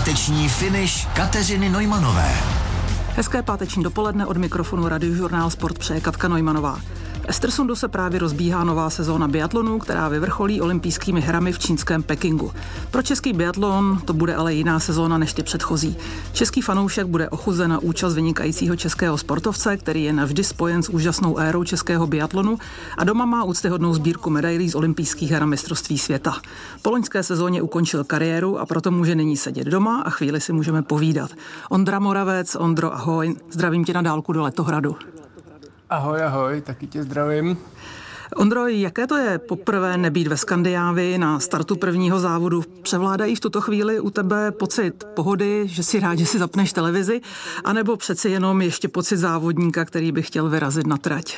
Páteční finish Kateřiny Neumanové. Hezké páteční dopoledne, od mikrofonu Radiožurnál Sport přeje Katka Neumannová. V Östersundu se právě rozbíhá nová sezóna biatlonu, která vyvrcholí olympijskými hrami v čínském Pekingu. Pro český biatlon to bude ale jiná sezóna než ty předchozí. Český fanoušek bude ochuzen na účast vynikajícího českého sportovce, který je navždy spojen s úžasnou érou českého biatlonu a doma má úctyhodnou sbírku medailí z olympijských her a mistrovství světa. Po loňské sezóně ukončil kariéru a proto může nyní sedět doma a chvíli si můžeme povídat. Ondra Moravec. Ondro, ahoj, zdravím tě na dálku do Letohradu. Ahoj, taky tě zdravím. Ondro, jaké to je poprvé nebýt ve Skandinávii na startu prvního závodu? Převládají v tuto chvíli u tebe pocit pohody, že si rád, že si zapneš televizi, anebo přeci jenom ještě pocit závodníka, který by chtěl vyrazit na trať?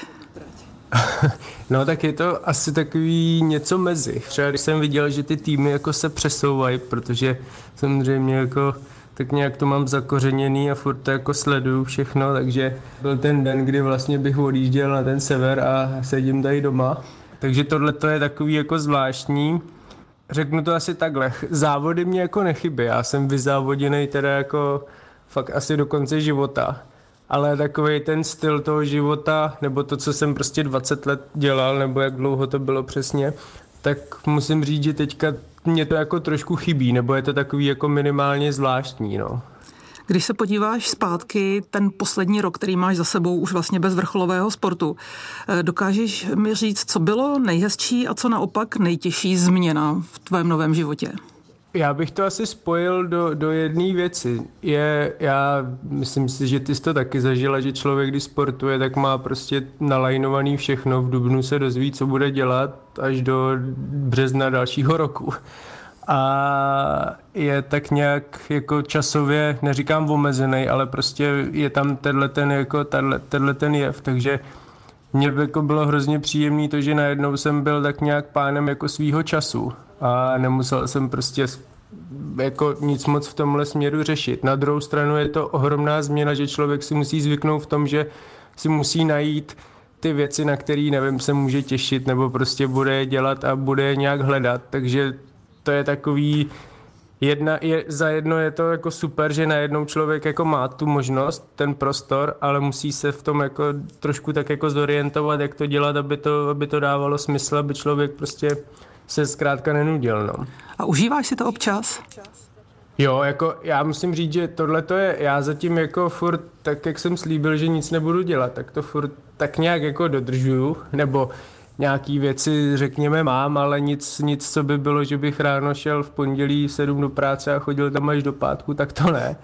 No tak je to asi takový něco mezi. Třeba když jsem viděl, že ty týmy jako se přesouvají, protože samozřejmě jako tak nějak to mám zakořeněný a furt to jako sleduju všechno, takže byl ten den, kdy vlastně bych odjížděl na ten sever a sedím tady doma. Takže tohle to je takový jako zvláštní. Řeknu to asi takhle, závody mě jako nechybí, já jsem vyzávoděnej teda jako fakt asi do konce života. Ale takovej ten styl toho života, nebo to, co jsem prostě 20 let dělal, nebo jak dlouho to bylo přesně, tak musím říct, že teďka mě to jako trošku chybí, nebo je to takový jako minimálně zvláštní, no. Když se podíváš zpátky, ten poslední rok, který máš za sebou už vlastně bez vrcholového sportu, dokážeš mi říct, co bylo nejhezčí a co naopak nejtěžší změna v tvém novém životě? Já bych to asi spojil do jedné věci. Já myslím si, že ty jsi to taky zažila, že člověk, když sportuje, tak má prostě nalajnovaný všechno. V dubnu se dozví, co bude dělat až do března dalšího roku. A je tak nějak jako časově, neříkám omezený, ale prostě je tam tenhle ten jev, takže mně jako bylo hrozně příjemný to, že najednou jsem byl tak nějak pánem jako svýho času a nemusel jsem prostě jako nic moc v tomhle směru řešit. Na druhou stranu je to ohromná změna, že člověk si musí zvyknout v tom, že si musí najít ty věci, na které, nevím, se může těšit nebo prostě bude je dělat a bude je nějak hledat, takže to je takový, za jedno je to jako super, že najednou člověk jako má tu možnost, ten prostor, ale musí se v tom jako trošku tak jako zorientovat, jak to dělat, aby to dávalo smysl, aby člověk prostě se zkrátka nenudil, no. A užíváš si to občas? Jo, jako já musím říct, že tohle to je, já zatím jako furt, tak jak jsem slíbil, že nic nebudu dělat, tak to furt tak nějak jako dodržuju, nebo nějaký věci, řekněme, mám, ale nic, co by bylo, že bych ráno šel v pondělí 7 do práce a chodil tam až do pátku, tak to ne.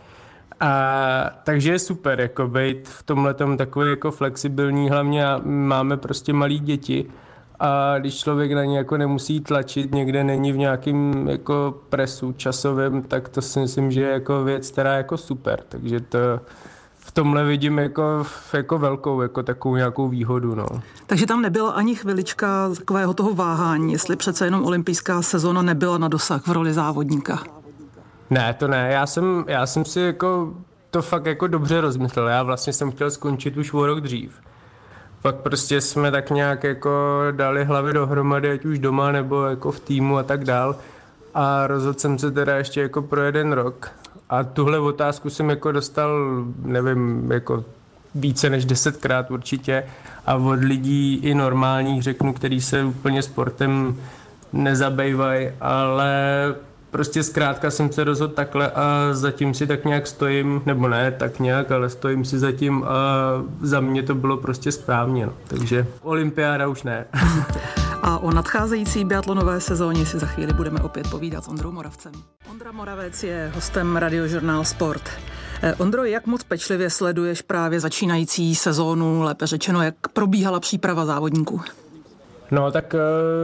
Takže je super, jako být v tomhletom takový jako flexibilní, hlavně máme prostě malí děti a když člověk na ně jako nemusí tlačit, někde není v nějakým jako presu časovém, tak to si myslím, že je jako věc, která je jako super, takže to v tomhle vidím jako velkou, jako takovou nějakou výhodu, no. Takže tam nebyla ani chvilička takového toho váhání, jestli přece jenom olympijská sezona nebyla na dosah v roli závodníka? Ne, to ne, já jsem si jako to fakt jako dobře rozmyslel, já vlastně jsem chtěl skončit už o rok dřív. Pak prostě jsme tak nějak jako dali hlavy dohromady, ať už doma nebo jako v týmu a tak dál a rozhodl jsem se teda ještě jako pro 1 rok. A tuhle otázku jsem jako dostal, nevím, jako více než 10krát určitě a od lidí i normálních, řeknu, který se úplně sportem nezabývají, ale prostě zkrátka jsem se rozhodl takhle a zatím si tak nějak stojím, nebo ne tak nějak, ale stojím si zatím a za mě to bylo prostě správně, no. Takže olympiáda už ne. A o nadcházející biatlonové sezóně si za chvíli budeme opět povídat s Ondrou Moravcem. Ondra Moravec je hostem Radiožurnál Sport. Ondro, jak moc pečlivě sleduješ právě začínající sezónu, lépe řečeno, jak probíhala příprava závodníků? No tak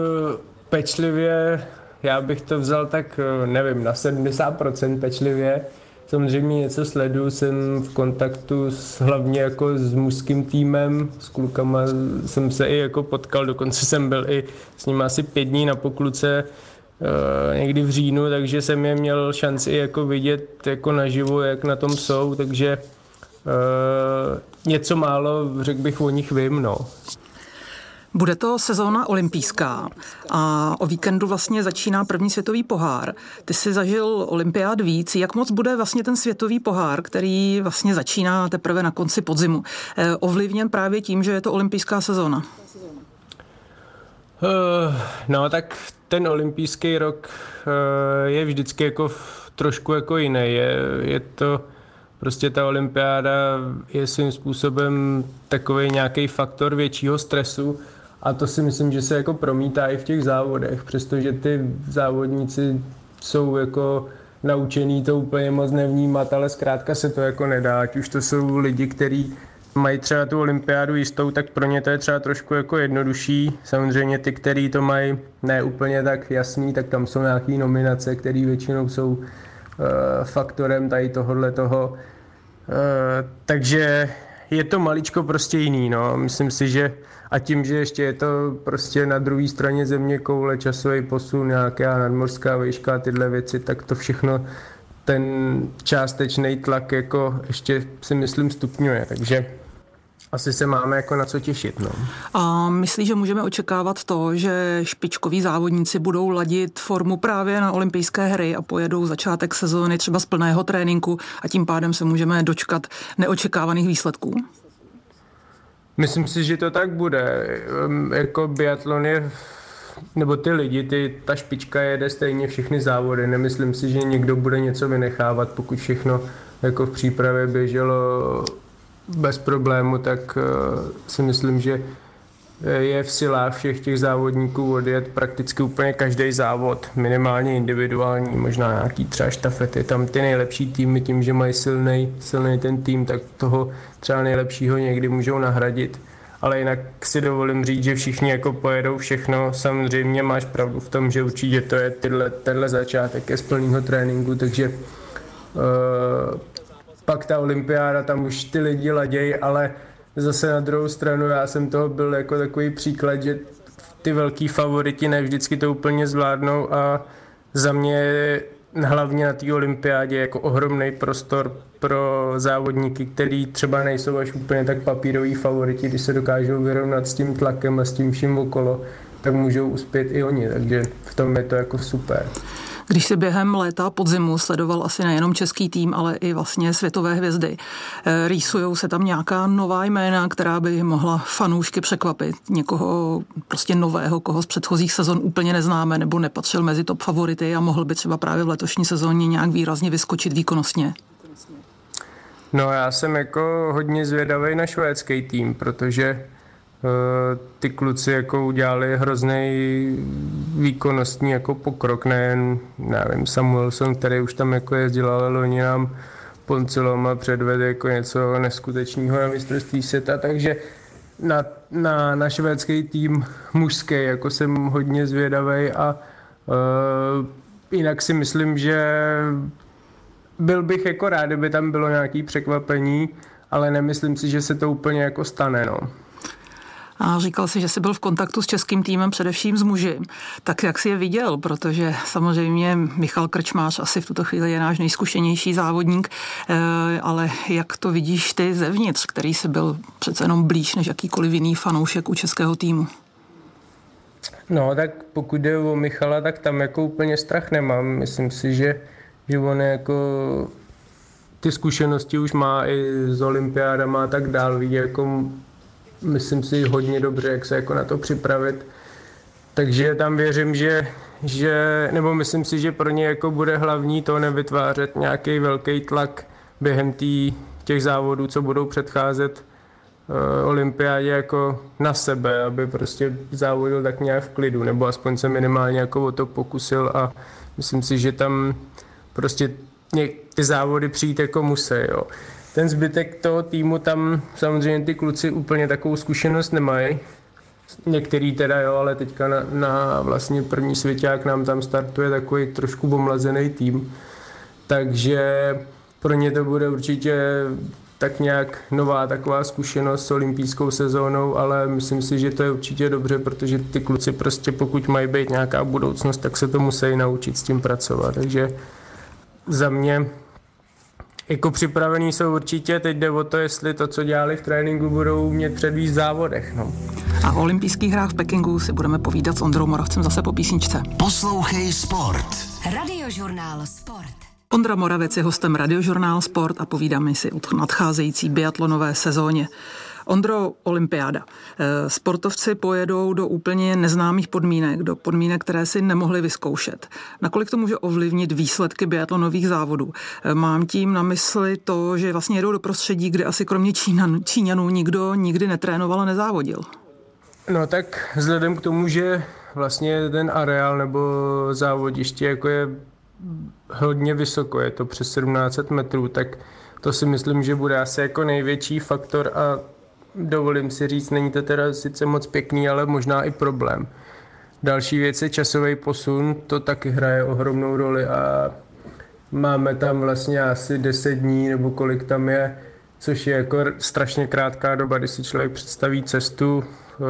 pečlivě, já bych to vzal tak, nevím, na 70% pečlivě. Samozřejmě něco sleduju, jsem v kontaktu hlavně jako s mužským týmem, s klukama jsem se i jako potkal, dokonce jsem byl i s nimi asi 5 dní na Pokluce někdy v říjnu, takže jsem je měl šanci jako vidět jako naživo, jak na tom jsou, takže něco málo, řekl bych, o nich vím, no. Bude to sezóna olympijská a o víkendu vlastně začíná první světový pohár. Ty jsi zažil olympiád víc. Jak moc bude vlastně ten světový pohár, který vlastně začíná teprve na konci podzimu, ovlivněn právě tím, že je to olympijská sezóna? No tak ten olympijský rok je vždycky jako trošku jako jiný. Je to prostě ta olympiáda je svým způsobem takový nějaký faktor většího stresu a to si myslím, že se jako promítá i v těch závodech, přestože ty závodníci jsou jako naučený to úplně moc nevnímat, ale zkrátka se to jako nedá, ať už to jsou lidi, kteří mají třeba tu olympiádu jistou, tak pro ně to je třeba trošku jako jednodušší. Samozřejmě ty, kteří to mají ne úplně tak jasný, tak tam jsou nějaké nominace, které většinou jsou faktorem tady tohohletoho. Takže je to maličko prostě jiný, no. Myslím si, že a tím, že ještě je to prostě na druhé straně země koule, časový posun, nějaká nadmořská výška a tyhle věci, tak to všechno ten částečný tlak jako ještě si myslím stupňuje, takže asi se máme jako na co těšit. No. A myslíš, že můžeme očekávat to, že špičkoví závodníci budou ladit formu právě na olympijské hry a pojedou začátek sezóny třeba z plného tréninku a tím pádem se můžeme dočkat neočekávaných výsledků? Myslím si, že to tak bude. Jako biatlon je, nebo ty lidi, ta špička jede stejně všechny závody. Nemyslím si, že někdo bude něco vynechávat, pokud všechno jako v přípravě běželo bez problému, tak si myslím, že je v silách všech těch závodníků odjet prakticky úplně každý závod, minimálně individuální, možná nějaký třeba štafety. Tam ty nejlepší týmy tím, že mají silný ten tým, tak toho třeba nejlepšího někdy můžou nahradit. Ale jinak si dovolím říct, že všichni jako pojedou všechno. Samozřejmě máš pravdu v tom, že určitě to je tenhle začátek je z plného tréninku, takže pak ta olympiáda, tam už ty lidi ladějí, ale zase na druhou stranu já jsem toho byl jako takový příklad, že ty velký favoriti ne vždycky to úplně zvládnou a za mě hlavně na té olympiádě jako ohromný prostor pro závodníky, který třeba nejsou až úplně tak papíroví favoriti, když se dokážou vyrovnat s tím tlakem a s tím vším okolo, tak můžou uspět i oni, takže v tom je to jako super. Když si během léta a podzimu sledoval asi nejenom český tým, ale i vlastně světové hvězdy, rýsujou se tam nějaká nová jména, která by mohla fanoušky překvapit? Někoho prostě nového, koho z předchozích sezon úplně neznáme nebo nepatřil mezi top favority a mohl by třeba právě v letošní sezóně nějak výrazně vyskočit výkonnostně? No já jsem jako hodně zvědavý na švédský tým, protože ty kluci jako udělali hrozný výkonnostní jako pokrok, nejen, nevím, Samuelson, který už tam jako jezdil, ale loni nám Ponceloma předvedl jako něco neskutečného na mistrovství světa, takže na švédský tým mužský jako jsem hodně zvědavý a jinak si myslím, že byl bych jako rád, kdyby tam bylo nějaké překvapení, ale nemyslím si, že se to úplně jako stane, no. A říkal si, že jsi byl v kontaktu s českým týmem především s muži. Tak jak jsi je viděl? Protože samozřejmě Michal Krčmář asi v tuto chvíli je náš nejzkušenější závodník, ale jak to vidíš ty zevnitř, který jsi byl přece jenom blíž než jakýkoliv jiný fanoušek u českého týmu? No tak pokud jde o Michala, tak tam jako úplně strach nemám. Myslím si, že on jako ty zkušenosti už má i z olympiádama a tak dál. Vidí jako myslím si hodně dobře, jak se jako na to připravit. Takže tam věřím, nebo myslím si, že pro ně jako bude hlavní to nevytvářet nějaký velký tlak během těch závodů, co budou předcházet olympiádě jako na sebe, aby prostě závodil tak nějak v klidu, nebo aspoň se minimálně jako o to pokusil a myslím si, že tam prostě ty závody přijít jako musí, jo. Ten zbytek toho týmu, tam samozřejmě ty kluci úplně takovou zkušenost nemají. Některý teda jo, ale teďka na vlastně první svěťák nám tam startuje takový trošku omlazený tým. Takže pro ně to bude určitě tak nějak nová taková zkušenost s olympijskou sezónou, ale myslím si, že to je určitě dobře, protože ty kluci prostě pokud mají být nějaká budoucnost, tak se to musí naučit s tím pracovat. Takže za mě jako připravený jsou určitě, teď jde o to, jestli to, co dělali v tréninku, budou umět předvíst v závodech. No. A O olympijských hrách v Pekingu si budeme povídat s Ondrou Moravcem zase po písničce. Poslouchej sport. Radiožurnál Sport. Ondra Moravec je hostem Radiožurnál Sport a povídáme si o nadcházející biatlonové sezóně. Ondro, olympiáda. Sportovci pojedou do úplně neznámých podmínek, do podmínek, které si nemohli vyzkoušet. Nakolik to může ovlivnit výsledky biatlonových závodů? Mám tím na mysli to, že vlastně jedou do prostředí, kde asi kromě Číňanů nikdo nikdy netrénoval a nezávodil. No tak vzhledem k tomu, že vlastně ten areál nebo závodiště jako je hodně vysoko, je to přes 1700 metrů, tak to si myslím, že bude asi jako největší faktor a dovolím si říct, není to teda sice moc pěkný, ale možná i problém. Další věc je časový posun, to taky hraje ohromnou roli a máme tam vlastně asi 10 dní nebo kolik tam je, což je jako strašně krátká doba, kdy si člověk představí cestu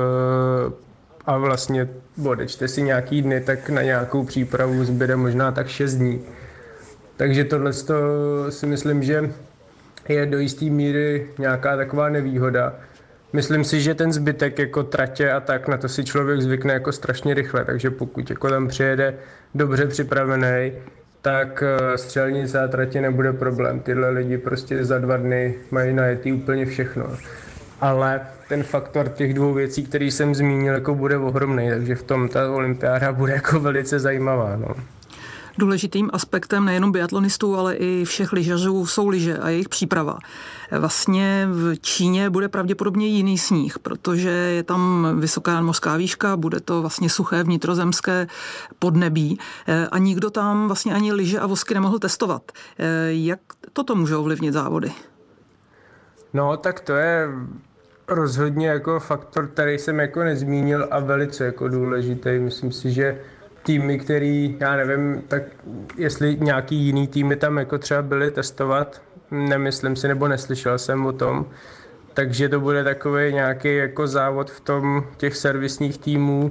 a vlastně odečte si nějaký dny, tak na nějakou přípravu zbyde možná tak 6 dní. Takže tohle si myslím, že je do jisté míry nějaká taková nevýhoda. Myslím si, že ten zbytek jako tratě a tak, na to si člověk zvykne jako strašně rychle, takže pokud jako tam přijede dobře připravený, tak střelnice a tratě nebude problém. Tyhle lidi prostě za 2 dny mají najetý úplně všechno. Ale ten faktor těch 2 věcí, které jsem zmínil, jako bude ohromný, takže v tom ta olympiáda bude jako velice zajímavá. No. Důležitým aspektem nejenom biatlonistů, ale i všech lyžařů jsou lyže a jejich příprava. Vlastně v Číně bude pravděpodobně jiný sníh, protože je tam vysoká mořská výška, bude to vlastně suché vnitrozemské podnebí a nikdo tam vlastně ani lyže a vozky nemohl testovat. Jak toto může ovlivnit závody? No, tak to je rozhodně jako faktor, který jsem jako nezmínil a velice jako důležitý. Myslím si, že týmy, který, já nevím, tak jestli nějaký jiný týmy tam jako třeba byly testovat, nemyslím si, nebo neslyšel jsem o tom, takže to bude takový nějaký jako závod v tom těch servisních týmů,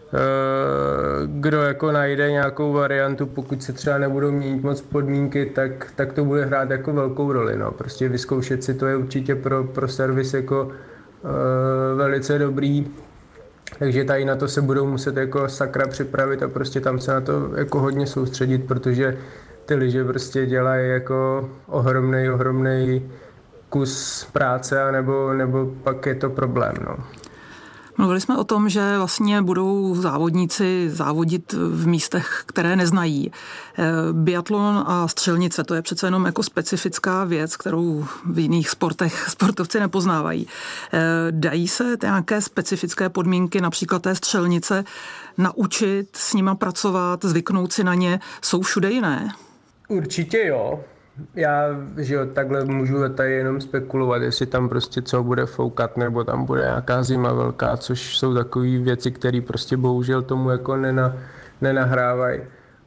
kdo jako najde nějakou variantu, pokud se třeba nebudou měnit moc podmínky, tak to bude hrát jako velkou roli. No. Prostě vyzkoušet si to je určitě pro servis jako velice dobrý. Takže tady na to se budou muset jako sakra připravit a prostě tam se na to jako hodně soustředit, protože ty lyže prostě dělají jako ohromnej kus práce, nebo pak je to problém. No. Mluvili jsme o tom, že vlastně budou závodníci závodit v místech, které neznají. Biatlon a střelnice, to je přece jenom jako specifická věc, kterou v jiných sportech sportovci nepoznávají. Dají se nějaké specifické podmínky, například té střelnice, naučit s nima pracovat, zvyknout si na ně? Jsou všude jiné? Určitě jo. Já, že jo, takhle můžu tady jenom spekulovat, jestli tam prostě co bude foukat, nebo tam bude nějaká zima velká, což jsou takové věci, které prostě bohužel tomu jako nenahrávají.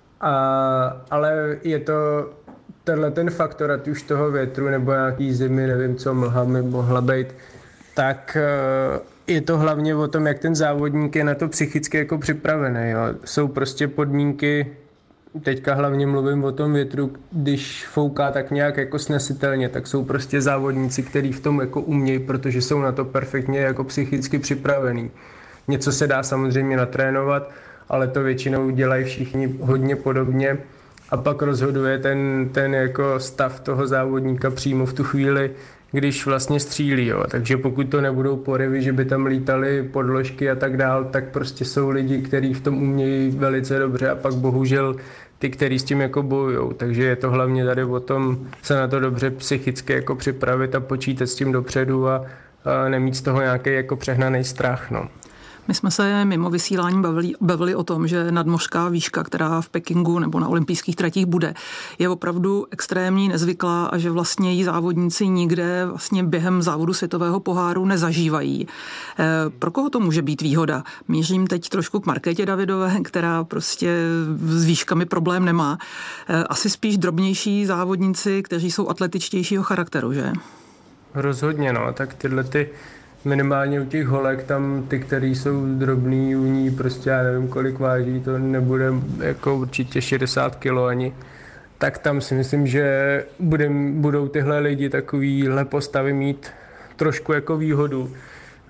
Ale je to tenhle ten faktor, ať už toho větru, nebo nějaký zimy, nevím co, mlha by mohla být, tak je to hlavně o tom, jak ten závodník je na to psychicky jako připravený. Jo. Jsou prostě podmínky, teďka hlavně mluvím o tom větru, když fouká tak nějak jako snesitelně, tak jsou prostě závodníci, kteří v tom jako umějí, protože jsou na to perfektně jako psychicky připravení. Něco se dá samozřejmě natrénovat, ale to většinou dělají všichni hodně podobně a pak rozhoduje ten jako stav toho závodníka přímo v tu chvíli, když vlastně střílí. Jo. Takže pokud to nebudou poryvy, že by tam lítaly podložky a tak dál, tak prostě jsou lidi, kteří v tom umějí velice dobře a pak bohužel ty, kteří s tím jako bojujou. Takže je to hlavně tady o tom se na to dobře psychicky jako připravit a počítat s tím dopředu a nemít z toho nějaký jako přehnaný strach. No. My jsme se mimo vysílání bavili o tom, že nadmořská výška, která v Pekingu nebo na olympijských tratích bude, je opravdu extrémní, nezvyklá a že vlastně ji závodníci nikde vlastně během závodu světového poháru nezažívají. Pro koho to může být výhoda? Mířím teď trošku k Markétě Davidové, která prostě s výškami problém nemá. Asi spíš drobnější závodníci, kteří jsou atletičtějšího charakteru, že? Rozhodně, no, tak tyhle ty minimálně u těch holek, tam ty, který jsou drobný, u ní prostě já nevím, kolik váží, to nebude jako určitě 60 kilo ani, tak tam si myslím, že budou tyhle lidi takovýhle postavy mít trošku jako výhodu.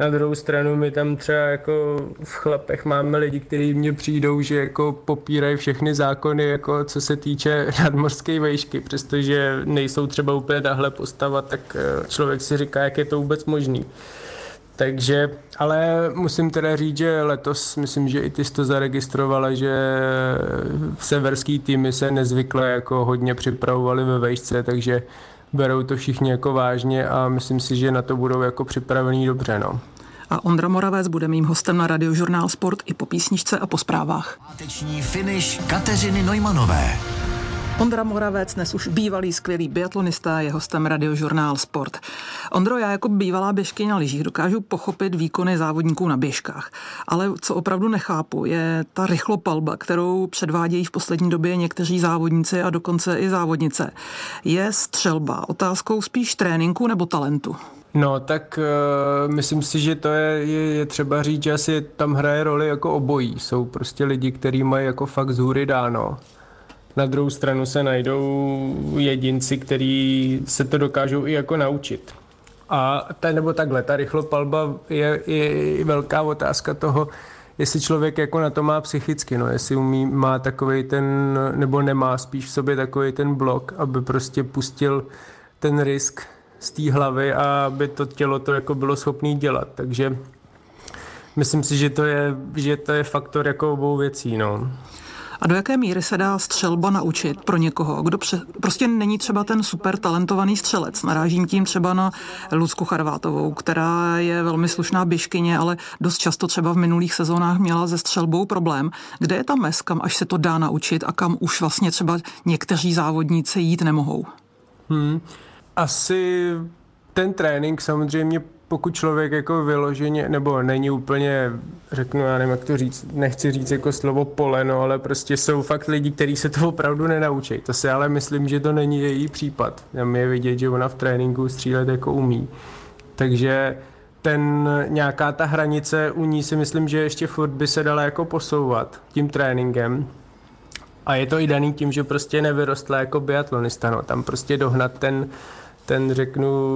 Na druhou stranu my tam třeba jako v chlapech máme lidi, kteří mně přijdou, že jako popírají všechny zákony, jako co se týče nadmořské vejšky, přestože nejsou třeba úplně tahle postava, tak člověk si říká, jak je to vůbec možný. Takže, ale musím teda říct, že letos, myslím, že i ty jsi to zaregistrovala, že severský týmy se nezvykle jako hodně připravovali ve vejšce, takže berou to všichni jako vážně a myslím si, že na to budou jako připravení dobře, no. A Ondra Moravec bude mým hostem na Radiožurnál Sport i po písničce a po zprávách. Páteční finish Kateřiny Neumanové. Ondra Moravec, dnes už bývalý skvělý biatlonista, je hostem Radiožurnál Sport. Ondro, já jako bývalá běžkyně na lyžích dokážu pochopit výkony závodníků na běžkách, ale co opravdu nechápu, je ta rychlopalba, kterou předvádějí v poslední době někteří závodníci a dokonce i závodnice. Je střelba otázkou spíš tréninku nebo talentu? No, tak myslím si, že to je třeba říct, že asi tam hraje roli jako obojí. Jsou prostě lidi, kteří mají jako fakt z hůry dáno. Na druhou stranu se najdou jedinci, kteří se to dokážou i jako naučit. A nebo takhle, ta rychlopalba je velká otázka toho, jestli člověk jako na to má psychicky, no, jestli má takovej ten, nebo nemá spíš v sobě takovej ten blok, aby prostě pustil ten risk z té hlavy a aby to tělo to jako bylo schopné dělat. Takže myslím si, že to je faktor jako obou věcí, no. A do jaké míry se dá střelba naučit pro někoho, kdo prostě není třeba ten super talentovaný střelec? Narážím tím třeba na Lucku Charvátovou, která je velmi slušná běžkyně, ale dost často třeba v minulých sezónách měla se střelbou problém. Kde je ta mez, kam až se to dá naučit a kam už vlastně třeba někteří závodníci jít nemohou? Asi ten trénink samozřejmě, pokud člověk jako vyloženě, nebo není úplně, řeknu, já nevím, jak to říct, nechci říct jako slovo poleno, ale prostě jsou fakt lidi, kteří se to opravdu nenaučí. To si ale myslím, že to není její případ. Tam je vidět, že ona v tréninku střílet jako umí. Takže nějaká ta hranice u ní si myslím, že ještě furt by se dala jako posouvat tím tréninkem. A je to i daný tím, že prostě nevyrostla jako biatlonista, no. Tam prostě dohnat ten řeknu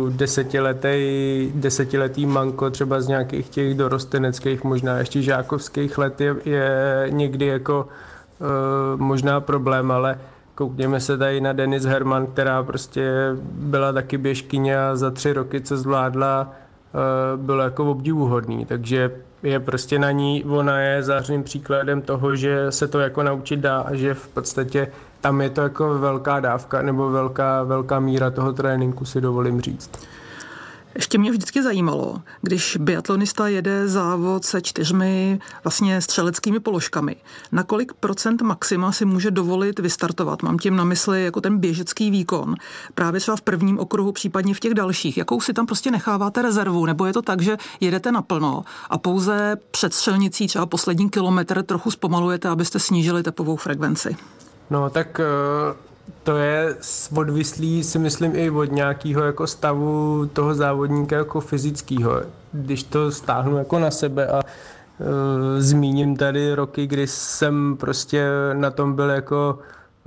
desetiletý manko třeba z nějakých těch dorosteneckých, možná ještě žákovských let je někdy jako možná problém, ale koukněme se tady na Denis Herman, která prostě byla taky běžkyně a za 3 roky, co zvládla, bylo jako obdivuhodný, takže je prostě na ní, ona je zářným příkladem toho, že se to jako naučit dá a že v podstatě tam je to jako velká dávka nebo velká míra toho tréninku, si dovolím říct. Ještě mě vždycky zajímalo, když biatlonista jede závod se 4 vlastně střeleckými položkami, na kolik procent maxima si může dovolit vystartovat? Mám tím na mysli jako ten běžecký výkon, právě třeba v prvním okruhu, případně v těch dalších. Jakou si tam prostě necháváte rezervu? Nebo je to tak, že jedete naplno a pouze před střelnicí třeba poslední kilometr trochu zpomalujete, abyste snížili tepovou frekvenci? No tak to je odvislý, si myslím, i od nějakého jako stavu toho závodníka jako fyzického. Když to stáhnu jako na sebe a zmíním tady roky, kdy jsem prostě na tom byl jako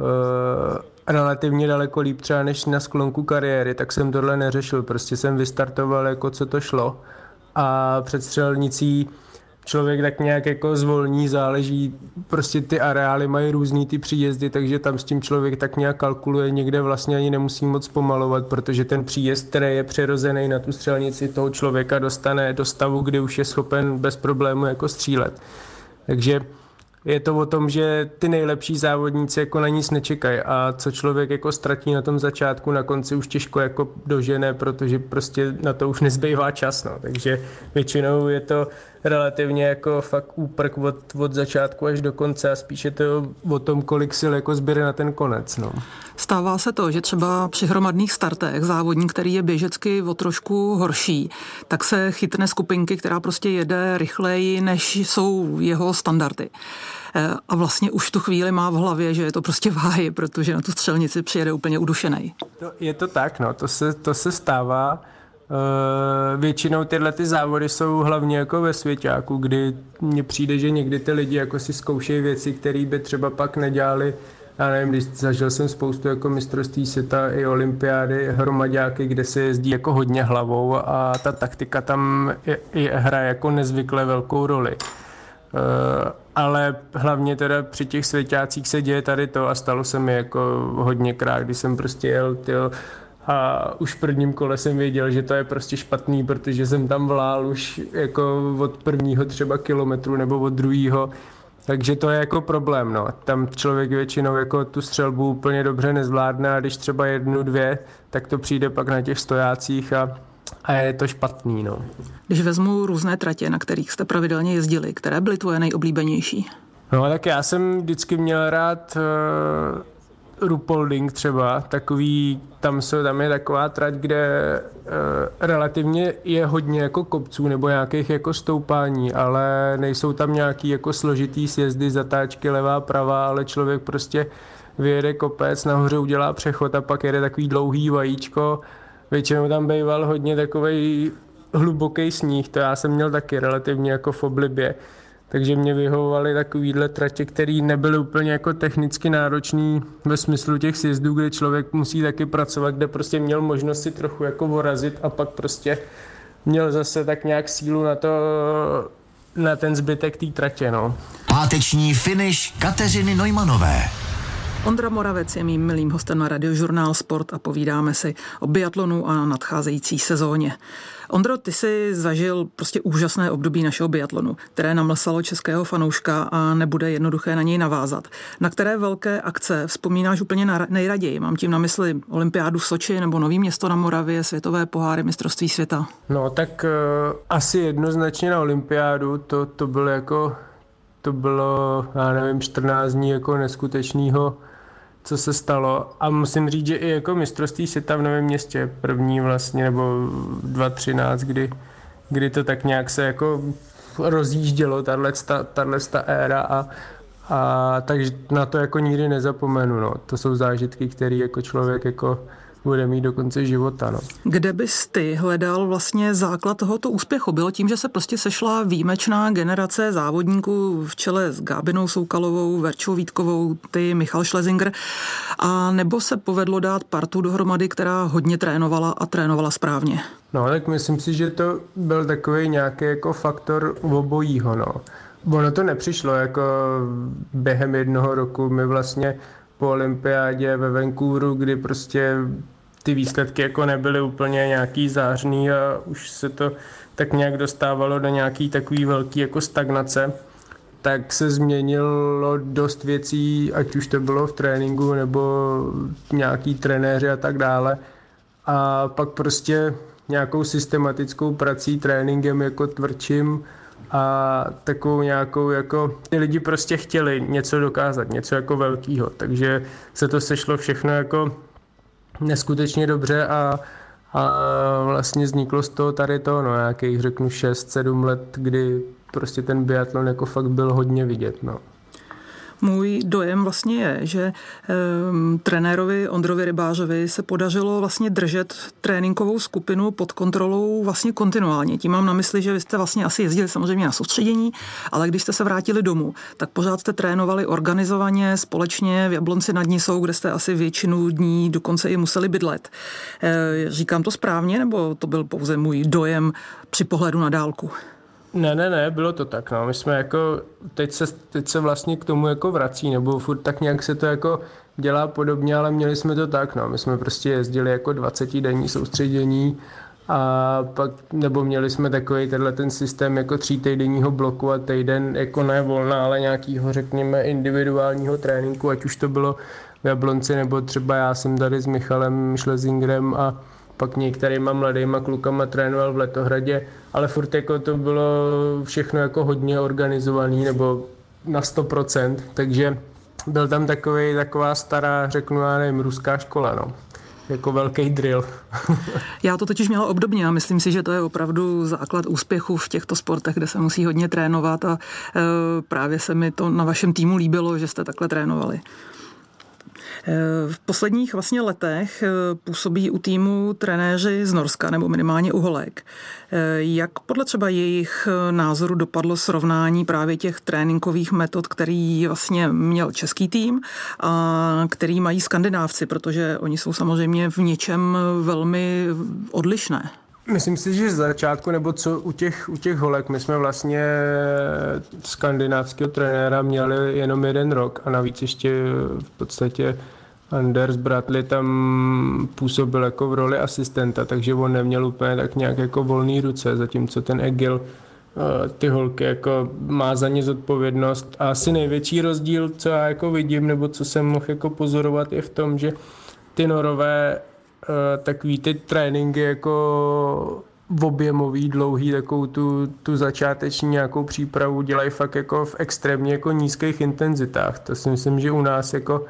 relativně daleko líp třeba než na sklonku kariéry, tak jsem tohle neřešil. Prostě jsem vystartoval jako co to šlo a před střelnicí člověk tak nějak jako zvolní, záleží, prostě ty areály mají různý ty příjezdy, takže tam s tím člověk tak nějak kalkuluje, někde vlastně ani nemusí moc pomalovat, protože ten příjezd, který je přirozený na tu střelnici, toho člověka dostane do stavu, kdy už je schopen bez problému jako střílet. Takže je to o tom, že ty nejlepší závodníci jako na nic nečekají a co člověk jako ztratí na tom začátku, na konci už těžko jako dožene, protože prostě na to už nezbývá čas, no. Takže většinou je to relativně jako fakt úprk od začátku až do konce a spíše to o tom, kolik sil jako sběre na ten konec, no. Stává se to, že třeba při hromadných startech závodník, který je běžecky o trošku horší, tak se chytne skupinky, která prostě jede rychleji, než jsou jeho standardy. A vlastně už v tu chvíli má v hlavě, že je to prostě v háji, protože na tu střelnici přijede úplně udušenej. Je to tak, no, to se stává. Většinou tyhle ty závody jsou hlavně jako ve svěťáku, kdy mně přijde, že někdy ty lidi jako si zkoušejí věci, které by třeba pak nedělali já nevím, když zažil jsem spoustu jako mistrovství světa i olympiády, hromaďáky, kde se jezdí jako hodně hlavou a ta taktika tam hraje jako nezvykle velkou roli. Ale hlavně teda při těch svěťácích se děje tady to a stalo se mi jako hodněkrát, když jsem prostě jel a už v prvním kole jsem věděl, že to je prostě špatný, protože jsem tam vlál už jako od prvního třeba kilometru nebo od druhého. Takže to je jako problém, no. Tam člověk většinou jako tu střelbu úplně dobře nezvládne a když třeba 1, 2, tak to přijde pak na těch stojácích a je to špatný, no. Když vezmu různé tratě, na kterých jste pravidelně jezdili, které byly tvoje nejoblíbenější? No tak já jsem vždycky měl rád Ruhpolding třeba, takový, tam je taková trať, kde relativně je hodně jako kopců nebo nějakých jako stoupání, ale nejsou tam nějaký jako složitý sjezdy, zatáčky levá, pravá, ale člověk prostě vyjede kopec, nahoře udělá přechod a pak jede takový dlouhý vajíčko. Většinou tam býval hodně takovej hluboký sníh, to já jsem měl taky relativně jako v oblibě. Takže mě vyhovovaly takovýhle tratě, které nebyly úplně jako technicky náročný ve smyslu těch sjezdů, kde člověk musí taky pracovat, kde prostě měl možnost si trochu jako vorazit a pak prostě měl zase tak nějak sílu na ten zbytek té tratě, no. Páteční finish Kateřiny Neumanové. Ondra Moravec je mým milým hostem na Radiožurnál Sport a povídáme si o biatlonu a nadcházející sezóně. Ondro, ty jsi zažil prostě úžasné období našeho biatlonu, které namlsalo českého fanouška a nebude jednoduché na něj navázat. Na které velké akce vzpomínáš úplně nejraději? Mám tím na mysli olympiádu v Soči nebo Nový Město na Moravě, světové poháry, mistrovství světa? No tak asi jednoznačně na olympiádu, to bylo, já nevím, 14 dní jako neskutečného, co se stalo. A musím říct, že i jako mistrovství světa v Novém Městě, první vlastně, nebo 2013, kdy to tak nějak se jako rozjíždělo, tato éra a takže na to jako nikdy nezapomenu, no. To jsou zážitky, které jako člověk jako bude mít do konce života, no. Kde bys ty hledal vlastně základ tohoto úspěchu? Bylo tím, že se prostě sešla výjimečná generace závodníků v čele s Gábinou Soukalovou, Verčou Vítkovou, ty Michal Schlesinger, a nebo se povedlo dát partu dohromady, která hodně trénovala a trénovala správně? No, tak myslím si, že to byl takový nějaký jako faktor obojího, no. Ono to nepřišlo jako během jednoho roku. My vlastně po olympiádě ve Vancouveru, kdy prostě ty výsledky jako nebyly úplně nějaký zářný a už se to tak nějak dostávalo do nějaký takový velký jako stagnace, tak se změnilo dost věcí, ať už to bylo v tréninku nebo nějaký trenéři a tak dále. A pak prostě nějakou systematickou prací, tréninkem jako tvrdším a takovou nějakou jako ty lidi prostě chtěli něco dokázat, něco jako velkýho, takže se to sešlo všechno jako neskutečně dobře a vlastně vzniklo z toho tady to, no nějakých řeknu 6-7 let, kdy prostě ten biatlon jako fakt byl hodně vidět, no. Můj dojem vlastně je, že trenérovi Ondrovi Rybářovi se podařilo vlastně držet tréninkovou skupinu pod kontrolou vlastně kontinuálně. Tím mám na mysli, že vy jste vlastně asi jezdili samozřejmě na soustředění, ale když jste se vrátili domů, tak pořád jste trénovali organizovaně, společně v Jablonci nad Nisou, kde jste asi většinu dní dokonce i museli bydlet. Říkám to správně, nebo to byl pouze můj dojem při pohledu na dálku? Ne, bylo to tak, no. My jsme jako, teď se vlastně k tomu jako vrací, nebo furt tak nějak se to jako dělá podobně, ale měli jsme to tak, no. My jsme prostě jezdili jako 20denní soustředění a pak, nebo měli jsme takový ten systém jako 3týdenního bloku a týden jako ne volna, ale nějakýho, řekněme, individuálního tréninku, ať už to bylo v Jablonci, nebo třeba já jsem tady s Michalem Schlesingerem a pak některýma mladýma klukama trénoval v Letohradě, ale furt jako to bylo všechno jako hodně organizovaný nebo na 100%, takže byl tam taková stará, řeknu já nevím, ruská škola, no. Jako velký drill. Já to totiž měla obdobně a myslím si, že to je opravdu základ úspěchu v těchto sportech, kde se musí hodně trénovat a právě se mi to na vašem týmu líbilo, že jste takhle trénovali. V posledních vlastně letech působí u týmu trenéři z Norska, nebo minimálně Uholek. Jak podle třeba jejich názoru dopadlo srovnání právě těch tréninkových metod, který vlastně měl český tým a který mají Skandinávci, protože oni jsou samozřejmě v něčem velmi odlišné? Myslím si, že z začátku, nebo co u těch holek, my jsme vlastně skandinávského trenéra měli jenom 1 rok a navíc ještě v podstatě Anders Bradley tam působil jako v roli asistenta, takže on neměl úplně tak nějak jako volný ruce, zatímco ten Egil ty holky jako má za ně zodpovědnost. A asi největší rozdíl, co já jako vidím, nebo co jsem mohl jako pozorovat, je v tom, že ty Norové takový ty tréninky jako objemový, dlouhý, takovou tu začáteční nějakou přípravu dělají fakt jako v extrémně jako nízkých intenzitách. To si myslím, že u nás jako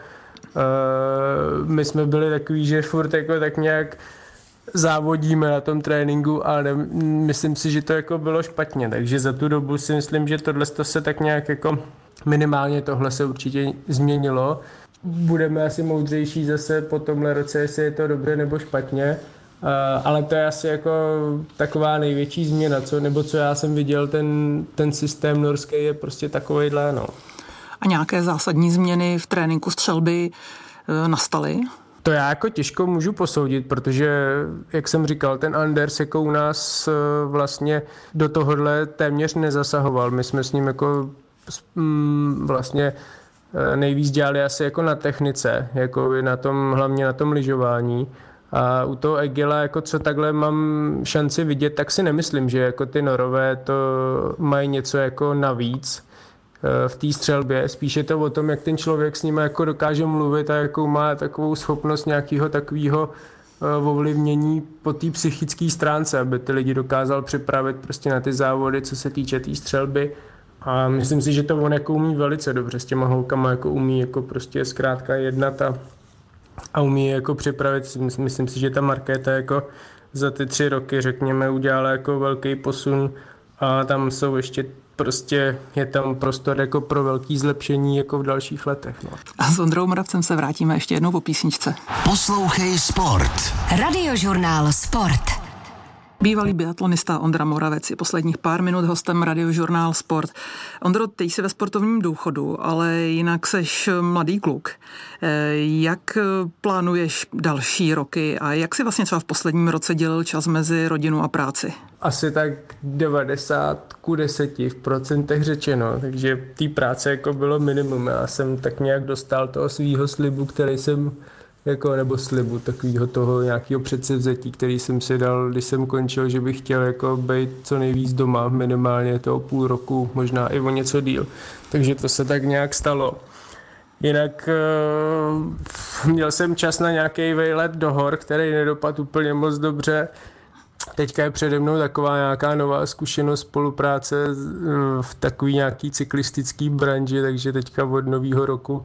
my jsme byli takový, že furt jako tak nějak závodíme na tom tréninku, ale myslím si, že to jako bylo špatně, takže za tu dobu si myslím, že tohle se tak nějak jako minimálně tohle se určitě změnilo. Budeme asi moudřejší zase po tomhle roce, jestli je to dobře nebo špatně, ale to je asi jako taková největší změna, co já jsem viděl, ten systém norský je prostě takovejhle, no. A nějaké zásadní změny v tréninku střelby nastaly? To já jako těžko můžu posoudit, protože, jak jsem říkal, ten Anders jako u nás vlastně do tohohle téměř nezasahoval. My jsme s ním jako vlastně nejvíc dělali asi jako na technice, jako hlavně na tom lyžování. A u toho Egila, jako co takhle mám šanci vidět, tak si nemyslím, že jako ty Norové to mají něco jako navíc v té střelbě. Spíš je to o tom, jak ten člověk s nimi jako dokáže mluvit a jakou má takovou schopnost nějakého takového ovlivnění po té psychické stránce, aby ty lidi dokázal připravit prostě na ty závody, co se týče té střelby. A myslím si, že to on jako umí velice dobře s těma holkama, jako umí jako prostě zkrátka jednat a umí jako připravit. Myslím si, že ta Markéta jako za ty 3 roky, řekněme, udělala jako velký posun a tam jsou ještě prostě je tam prostor jako pro velký zlepšení jako v dalších letech. No. A s Ondrou Moravcem se vrátíme ještě jednou po písničce. Poslouchej Sport. Radiožurnál Sport. Bývalý biatlonista Ondra Moravec je posledních pár minut hostem Radiožurnál Sport. Ondro, ty jsi ve sportovním důchodu, ale jinak seš mladý kluk. Jak plánuješ další roky a jak si vlastně třeba v posledním roce dělil čas mezi rodinu a práci? Asi tak 90% řečeno, takže té práce jako bylo minimum. Já jsem tak nějak dostal toho svýho slibu, který jsem jako, nebo slibu takového toho nějakého předsevzetí, který jsem si dal, když jsem končil, že bych chtěl jako být co nejvíc doma, minimálně toho půl roku, možná i o něco díl. Takže to se tak nějak stalo. Jinak měl jsem čas na nějaký vejlet do hor, který nedopadl úplně moc dobře. Teďka je přede mnou taková nějaká nová zkušenost spolupráce v takový nějaký cyklistický branži, takže teďka od nového roku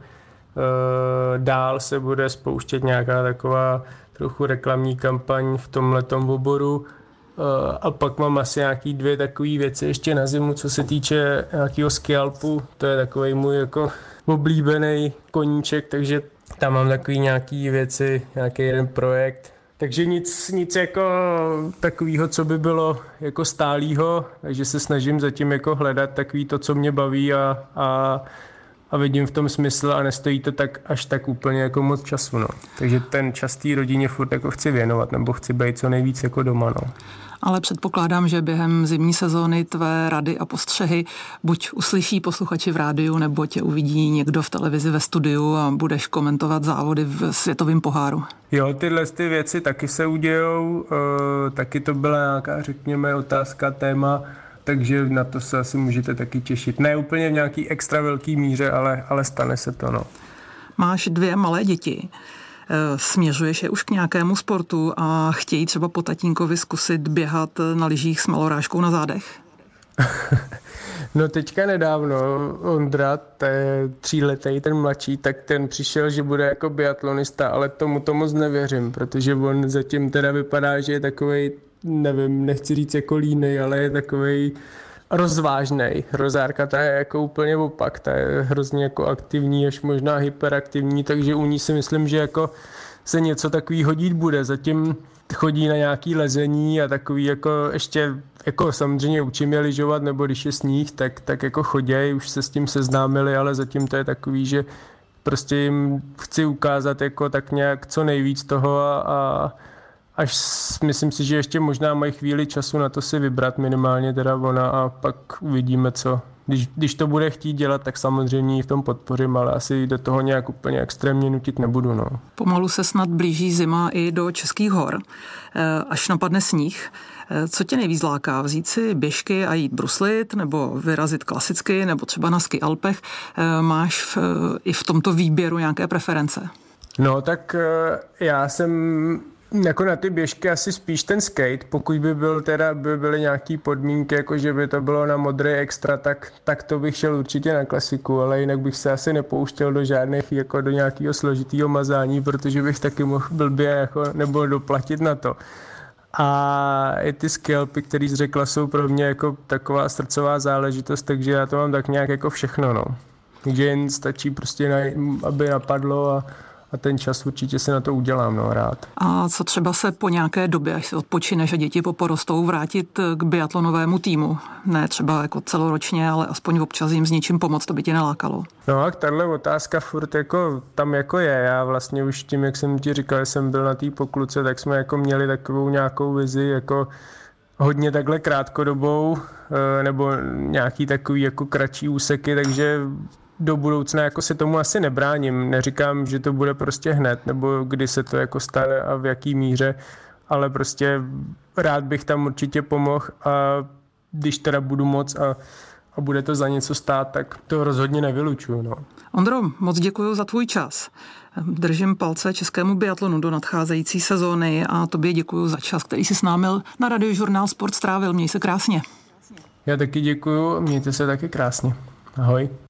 dál se bude spouštět nějaká taková trochu reklamní kampaň v tomhletom oboru a pak mám asi nějaký 2 takové věci ještě na zimu, co se týče nějakého skialpu, to je takovej můj jako oblíbený koníček, takže tam mám takový nějaký věci, nějaký jeden projekt. Takže nic jako takového, co by bylo jako stálýho, takže se snažím zatím jako hledat takový to, co mě baví a vidím v tom smysl a nestojí to tak až tak úplně jako moc času, no. Takže ten čas té rodině furt jako chci věnovat, nebo chci být co nejvíc jako doma, no. Ale předpokládám, že během zimní sezóny tvé rady a postřehy buď uslyší posluchači v rádiu, nebo tě uvidí někdo v televizi ve studiu a budeš komentovat závody v světovém poháru. Jo, tyhle ty věci taky se udějou, taky to byla nějaká, řekněme, otázka, téma, takže na to se asi můžete taky těšit. Ne úplně v nějaký extra velký míře, ale stane se to, no. Máš 2 malé děti. Směřuješ je už k nějakému sportu a chtějí třeba po tatínkovi zkusit běhat na lyžích s malorážkou na zádech? No teďka nedávno Ondra, 3letý, ten mladší, tak ten přišel, že bude jako biatlonista, ale tomu moc nevěřím, protože on zatím teda vypadá, že je takovej, nevím, nechci říct jako línej, ale je takovej rozvážnej. Rozárka ta je jako úplně opak, ta je hrozně jako aktivní, až možná hyperaktivní, takže u ní si myslím, že jako se něco takového dít bude. Zatím chodí na nějaký lezení a takový jako ještě jako samozřejmě učím je lyžovat, nebo když je sníh, tak jako choděj, už se s tím seznámili, ale zatím to je takový, že prostě jim chci ukázat jako tak nějak co nejvíc toho a až myslím si, že ještě možná mají chvíli času na to si vybrat minimálně teda ona a pak uvidíme co. Když to bude chtít dělat, tak samozřejmě ji v tom podpořím, ale asi do toho nějak úplně extrémně nutit nebudu. No. Pomalu se snad blíží zima i do Českých hor. Až napadne sníh. Co tě nejvíc láká? Vzít si běžky a jít bruslit, nebo vyrazit klasicky, nebo třeba na ski Alpech? Máš i v tomto výběru nějaké preference? No tak já jsem jako na ty běžky asi spíš ten skate, pokud by byly nějaký podmínky, jako že by to bylo na modré extra, tak to bych šel určitě na klasiku, ale jinak bych se asi nepouštěl do žádných, jako do nějakého složitého mazání, protože bych taky mohl blbě jako, nebo doplatit na to. A i ty ski Alpy, který jsi řekla, jsou pro mě jako taková srdcová záležitost, takže já to mám tak nějak jako všechno, no. Takže jen stačí prostě, aby napadlo a ten čas určitě si na to udělám, no, rád. A co třeba se po nějaké době, až se odpočineš a děti poporostou, vrátit k biatlonovému týmu? Ne třeba jako celoročně, ale aspoň občas jim s něčím pomoct, to by tě nelákalo. No a tahle otázka furt jako tam jako je. Já vlastně už tím, jak jsem ti říkal, že jsem byl na té Pokluce, tak jsme jako měli takovou nějakou vizi, jako hodně takhle krátkodobou, nebo nějaký takový jako kratší úseky, takže do budoucna jako se tomu asi nebráním. Neříkám, že to bude prostě hned, nebo kdy se to jako stane a v jaký míře, ale prostě rád bych tam určitě pomohl a když teda budu moc a bude to za něco stát, tak to rozhodně nevylučuju. No. Ondro, moc děkuji za tvůj čas. Držím palce českému biatlonu do nadcházející sezóny a tobě děkuji za čas, který jsi s námi na Radiožurnál Sport strávil. Měj se krásně. Já taky děkuji, mějte se taky krásně. Ahoj.